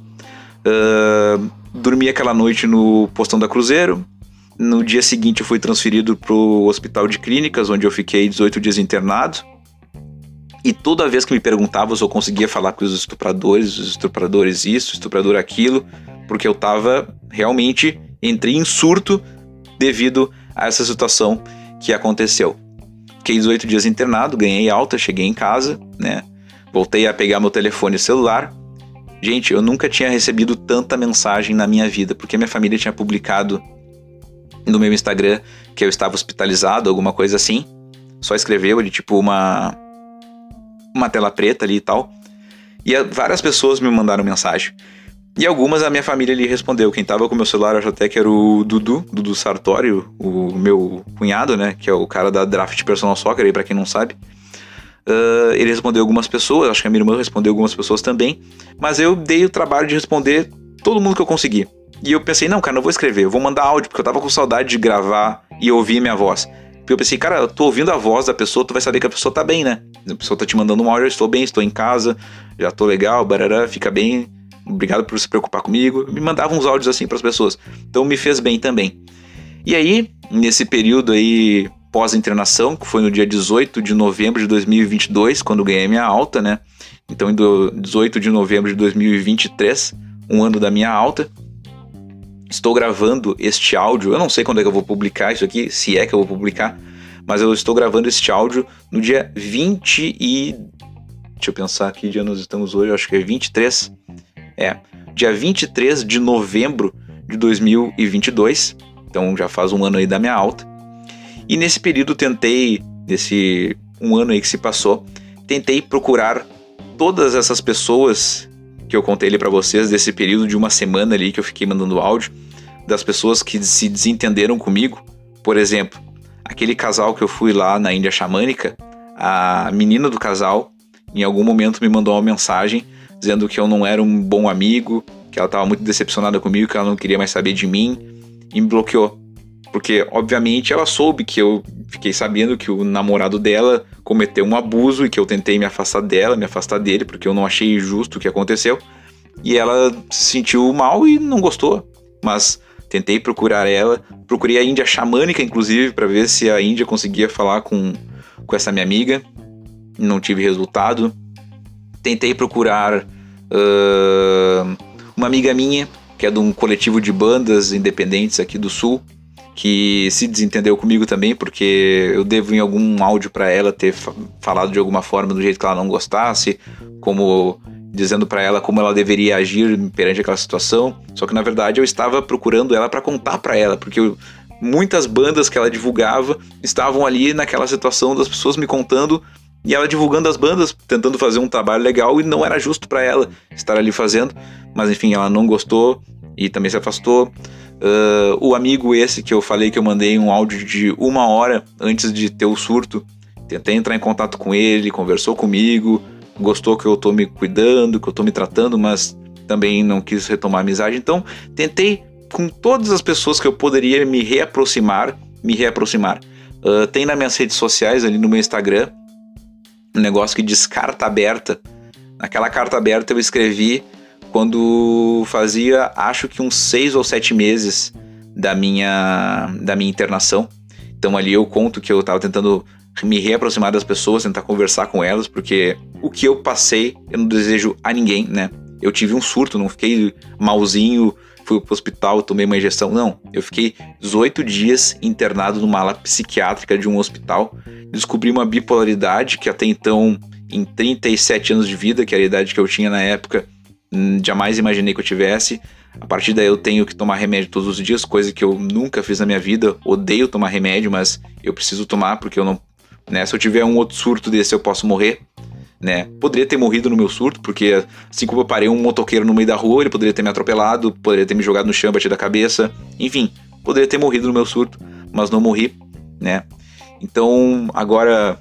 [SPEAKER 1] Dormi aquela noite no postão da Cruzeiro. No dia seguinte eu fui transferido pro hospital de clínicas, onde eu fiquei 18 dias internado. E toda vez que me perguntavam se eu conseguia falar com os estupradores isso, estuprador aquilo, porque eu tava realmente, entrei em surto devido a essa situação que aconteceu. Fiquei 18 dias internado, ganhei alta, cheguei em casa, né? Voltei a pegar meu telefone celular. Gente, eu nunca tinha recebido tanta mensagem na minha vida, porque minha família tinha publicado no meu Instagram que eu estava hospitalizado, alguma coisa assim. Só escreveu ali, tipo, uma tela preta ali e tal. E várias pessoas me mandaram mensagem. E algumas a minha família ali respondeu. Quem tava com meu celular, eu acho até que era o Dudu Sartori, o meu cunhado, né? Que é o cara da Draft Personal Soccer, aí pra quem não sabe. Ele respondeu algumas pessoas, acho que a minha irmã respondeu algumas pessoas também. Mas eu dei o trabalho de responder todo mundo que eu consegui. E eu pensei, não, cara, não vou escrever, eu vou mandar áudio, porque eu tava com saudade de gravar e ouvir minha voz. Porque eu pensei, cara, eu tô ouvindo a voz da pessoa, tu vai saber que a pessoa tá bem, né? A pessoa tá te mandando um áudio, eu estou bem, estou em casa, já tô legal, barará, fica bem, obrigado por se preocupar comigo. Me mandava uns áudios assim pras pessoas, então me fez bem também. E aí, nesse período aí, pós-internação, que foi no dia 18 de novembro de 2022, quando ganhei minha alta, né? Então, em 18 de novembro de 2023, um ano da minha alta, estou gravando este áudio. Eu não sei quando é que eu vou publicar isso aqui, se é que eu vou publicar, mas eu estou gravando este áudio no dia 20 e... Deixa eu pensar aqui, dia nós estamos hoje, eu acho que é 23. Dia 23 de novembro de 2022. Então já faz um ano aí da minha alta. E nesse período tentei, nesse um ano aí que se passou, tentei procurar todas essas pessoas que eu contei ali pra vocês, desse período de uma semana ali que eu fiquei mandando áudio, das pessoas que se desentenderam comigo. Por exemplo, aquele casal que eu fui lá na Índia Xamânica, a menina do casal, em algum momento me mandou uma mensagem dizendo que eu não era um bom amigo, que ela tava muito decepcionada comigo, que ela não queria mais saber de mim e me bloqueou. Porque, obviamente, ela soube que eu fiquei sabendo que o namorado dela cometeu um abuso e que eu tentei me afastar dela, me afastar dele, porque eu não achei justo o que aconteceu. E ela se sentiu mal e não gostou. Mas tentei procurar ela, procurei a Índia xamânica, inclusive, para ver se a Índia conseguia falar com essa minha amiga. Não tive resultado. Tentei procurar uma amiga minha, que é de um coletivo de bandas independentes aqui do Sul, que se desentendeu comigo também, porque eu devo em algum áudio para ela ter falado de alguma forma do jeito que ela não gostasse, como dizendo para ela como ela deveria agir perante aquela situação. Só que na verdade eu estava procurando ela para contar para ela, porque muitas bandas que ela divulgava estavam ali naquela situação das pessoas me contando e ela divulgando as bandas, tentando fazer um trabalho legal, e não era justo para ela estar ali fazendo. Mas enfim, ela não gostou e também se afastou. O amigo esse que eu falei, que eu mandei um áudio de 1 hora antes de ter o surto, tentei entrar em contato com ele, conversou comigo, gostou que eu tô me cuidando, que eu tô me tratando, mas também não quis retomar a amizade. Então tentei com todas as pessoas que eu poderia me reaproximar. Tem nas minhas redes sociais, ali no meu Instagram, um negócio que diz carta aberta. Naquela carta aberta eu escrevi quando fazia, acho que uns 6 ou 7 meses da minha internação. Então ali eu conto que eu tava tentando me reaproximar das pessoas, tentar conversar com elas, porque o que eu passei eu não desejo a ninguém, né? Eu tive um surto, não fiquei malzinho, fui pro hospital, tomei uma injeção, não. Eu fiquei 18 dias internado numa ala psiquiátrica de um hospital, descobri uma bipolaridade que até então, em 37 anos de vida, que era a idade que eu tinha na época, jamais imaginei que eu tivesse. A partir daí eu tenho que tomar remédio todos os dias, coisa que eu nunca fiz na minha vida. Odeio tomar remédio, mas eu preciso tomar porque eu não... né, se eu tiver um outro surto desse eu posso morrer, né? Poderia ter morrido no meu surto, porque assim como eu parei um motoqueiro no meio da rua, ele poderia ter me atropelado, poderia ter me jogado no chão, batido a cabeça, enfim, poderia ter morrido no meu surto, mas não morri, né? Então agora,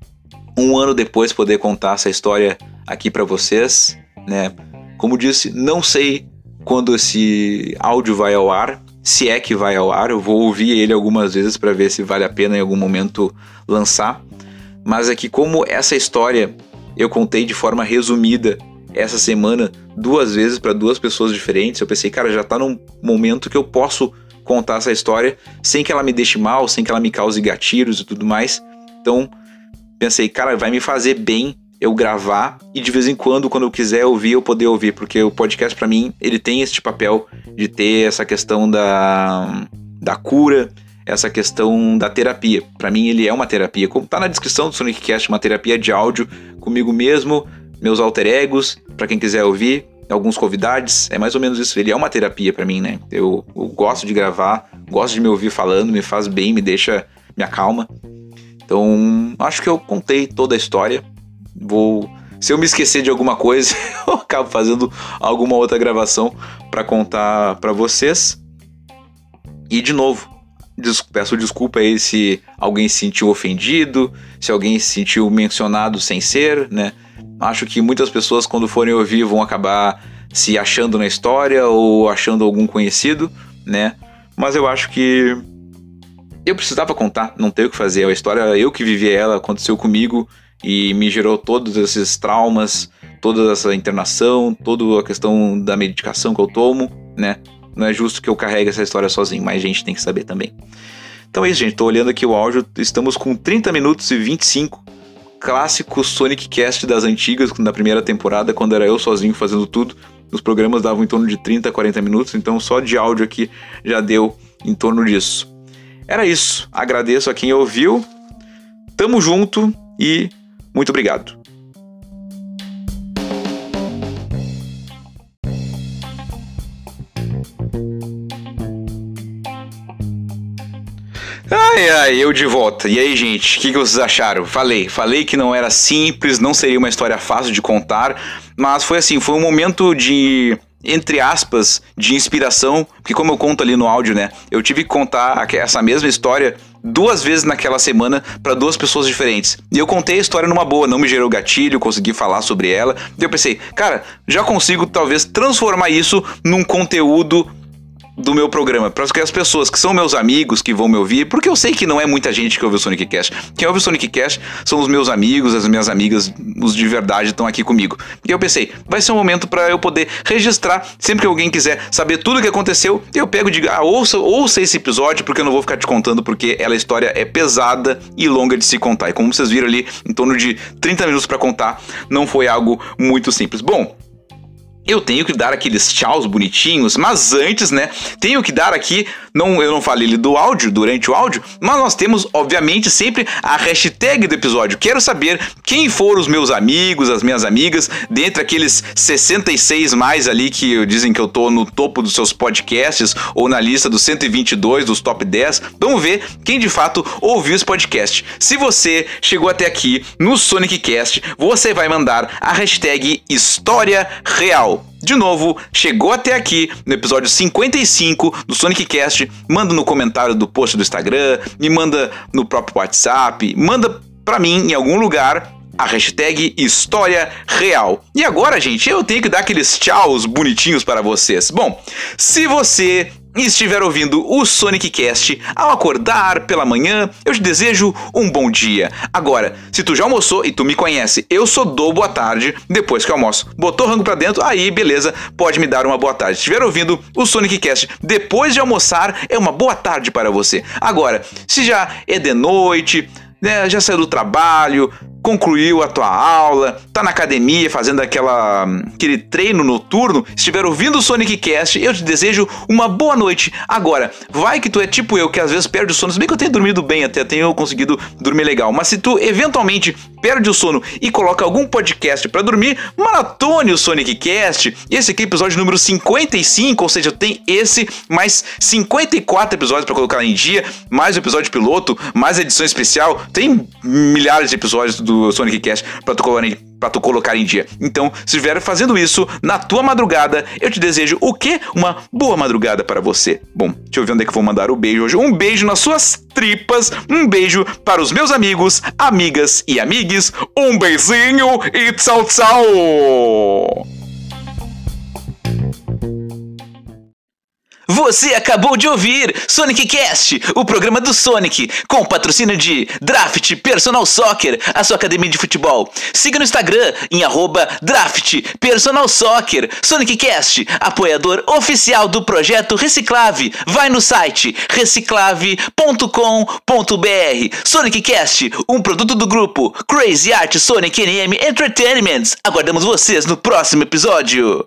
[SPEAKER 1] 1 ano depois, poder contar essa história aqui pra vocês, né? Como disse, não sei quando esse áudio vai ao ar, se é que vai ao ar. Eu vou ouvir ele algumas vezes para ver se vale a pena em algum momento lançar. Mas é que como essa história eu contei de forma resumida essa semana 2 vezes para 2 pessoas diferentes, eu pensei, cara, já tá num momento que eu posso contar essa história sem que ela me deixe mal, sem que ela me cause gatilhos e tudo mais. Então pensei, cara, vai me fazer bem eu gravar e de vez em quando eu quiser ouvir, eu poder ouvir, porque o podcast pra mim, ele tem este papel de ter essa questão da cura, essa questão da terapia. Pra mim ele é uma terapia, como tá na descrição do SonicCast, uma terapia de áudio comigo mesmo, meus alter egos, pra quem quiser ouvir, alguns convidados, é mais ou menos isso. Ele é uma terapia pra mim, né? Eu gosto de gravar, gosto de me ouvir falando, me faz bem, me acalma. Então acho que eu contei toda a história. Se eu me esquecer de alguma coisa, eu acabo fazendo alguma outra gravação para contar para vocês. E de novo, peço desculpa aí se alguém se sentiu ofendido, se alguém se sentiu mencionado sem ser, né? Acho que muitas pessoas, quando forem ouvir, vão acabar se achando na história ou achando algum conhecido, né? Mas eu acho que eu precisava contar, não tenho o que fazer. A história, eu que vivi ela, aconteceu comigo e me gerou todos esses traumas, toda essa internação, toda a questão da medicação que eu tomo, né? Não é justo que eu carregue essa história sozinho, mais gente tem que saber também. Então é isso, gente. Tô olhando aqui o áudio, estamos com 30 minutos e 25. Clássico SonicCast das antigas, da primeira temporada, quando era eu sozinho fazendo tudo. Os programas davam em torno de 30, 40 minutos, então só de áudio aqui já deu em torno disso. Era isso. Agradeço a quem ouviu. Tamo junto e muito obrigado. Eu de volta. E aí, gente, o que vocês acharam? Falei que não era simples, não seria uma história fácil de contar, mas foi assim, foi um momento de, entre aspas, de inspiração, porque como eu conto ali no áudio, né, eu tive que contar essa mesma história 2 vezes naquela semana para 2 pessoas diferentes. E eu contei a história numa boa, não me gerou gatilho, consegui falar sobre ela. E eu pensei, cara, já consigo talvez transformar isso num conteúdo do meu programa, para que as pessoas que são meus amigos, que vão me ouvir, porque eu sei que não é muita gente que ouve o Sonic Cast. Quem ouve o Sonic Cast são os meus amigos, as minhas amigas, os de verdade estão aqui comigo. E eu pensei, vai ser um momento para eu poder registrar, sempre que alguém quiser saber tudo o que aconteceu, eu pego e digo, ouça esse episódio, porque eu não vou ficar te contando, porque a história é pesada e longa de se contar. E como vocês viram ali, em torno de 30 minutos para contar, não foi algo muito simples. Bom, eu tenho que dar aqueles tchauz bonitinhos, mas antes, né, tenho que dar aqui, eu não falei ali do áudio, durante o áudio, mas nós temos, obviamente, sempre a hashtag do episódio. Quero saber quem foram os meus amigos, as minhas amigas, dentre aqueles 66 mais ali que dizem que eu tô no topo dos seus podcasts, ou na lista dos 122 dos top 10. Vamos ver quem de fato ouviu esse podcast. Se você chegou até aqui no Sonic Cast, você vai mandar a hashtag História Real. De novo, chegou até aqui no episódio 55 do Sonic Cast, manda no comentário do post do Instagram, me manda no próprio WhatsApp, manda pra mim em algum lugar a hashtag História Real. E agora, gente, eu tenho que dar aqueles tchauz bonitinhos para vocês. Bom, se você estiver ouvindo o Sonic Cast ao acordar pela manhã, eu te desejo um bom dia. Agora, se tu já almoçou e tu me conhece, eu só dou boa tarde depois que eu almoço. Botou rango pra dentro, aí beleza, pode me dar uma boa tarde. Se estiver ouvindo o Sonic Cast depois de almoçar, é uma boa tarde para você. Agora, se já é de noite, né, já saiu do trabalho, concluiu a tua aula, tá na academia fazendo aquele treino noturno, estiver ouvindo o Sonic Cast, eu te desejo uma boa noite. Agora, vai que tu é tipo eu, que às vezes perde o sono, se bem que eu tenho dormido bem, até tenho conseguido dormir legal, mas se tu eventualmente perde o sono e coloca algum podcast pra dormir, maratone o Sonic Cast. Esse aqui é o episódio número 55, ou seja, tem esse mais 54 episódios pra colocar em dia, mais o episódio piloto, mais a edição especial, tem milhares de episódios do Sonic Cast pra tu colocar em dia. Então, se estiver fazendo isso na tua madrugada, eu te desejo o quê? Uma boa madrugada para você. Bom, deixa eu ver onde é que eu vou mandar o beijo hoje. Um beijo nas suas tripas, um beijo para os meus amigos, amigas e amigues, um beijinho e tchau, tchau!
[SPEAKER 3] Você acabou de ouvir Sonic Cast, o programa do Sonic, com patrocínio de Draft Personal Soccer, a sua academia de futebol. Siga no Instagram em @Draft Personal Soccer. Sonic Cast, apoiador oficial do projeto Reciclave. Vai no site reciclave.com.br. Sonic Cast, um produto do grupo Crazy Art Sonic NM Entertainment. Aguardamos vocês no próximo episódio.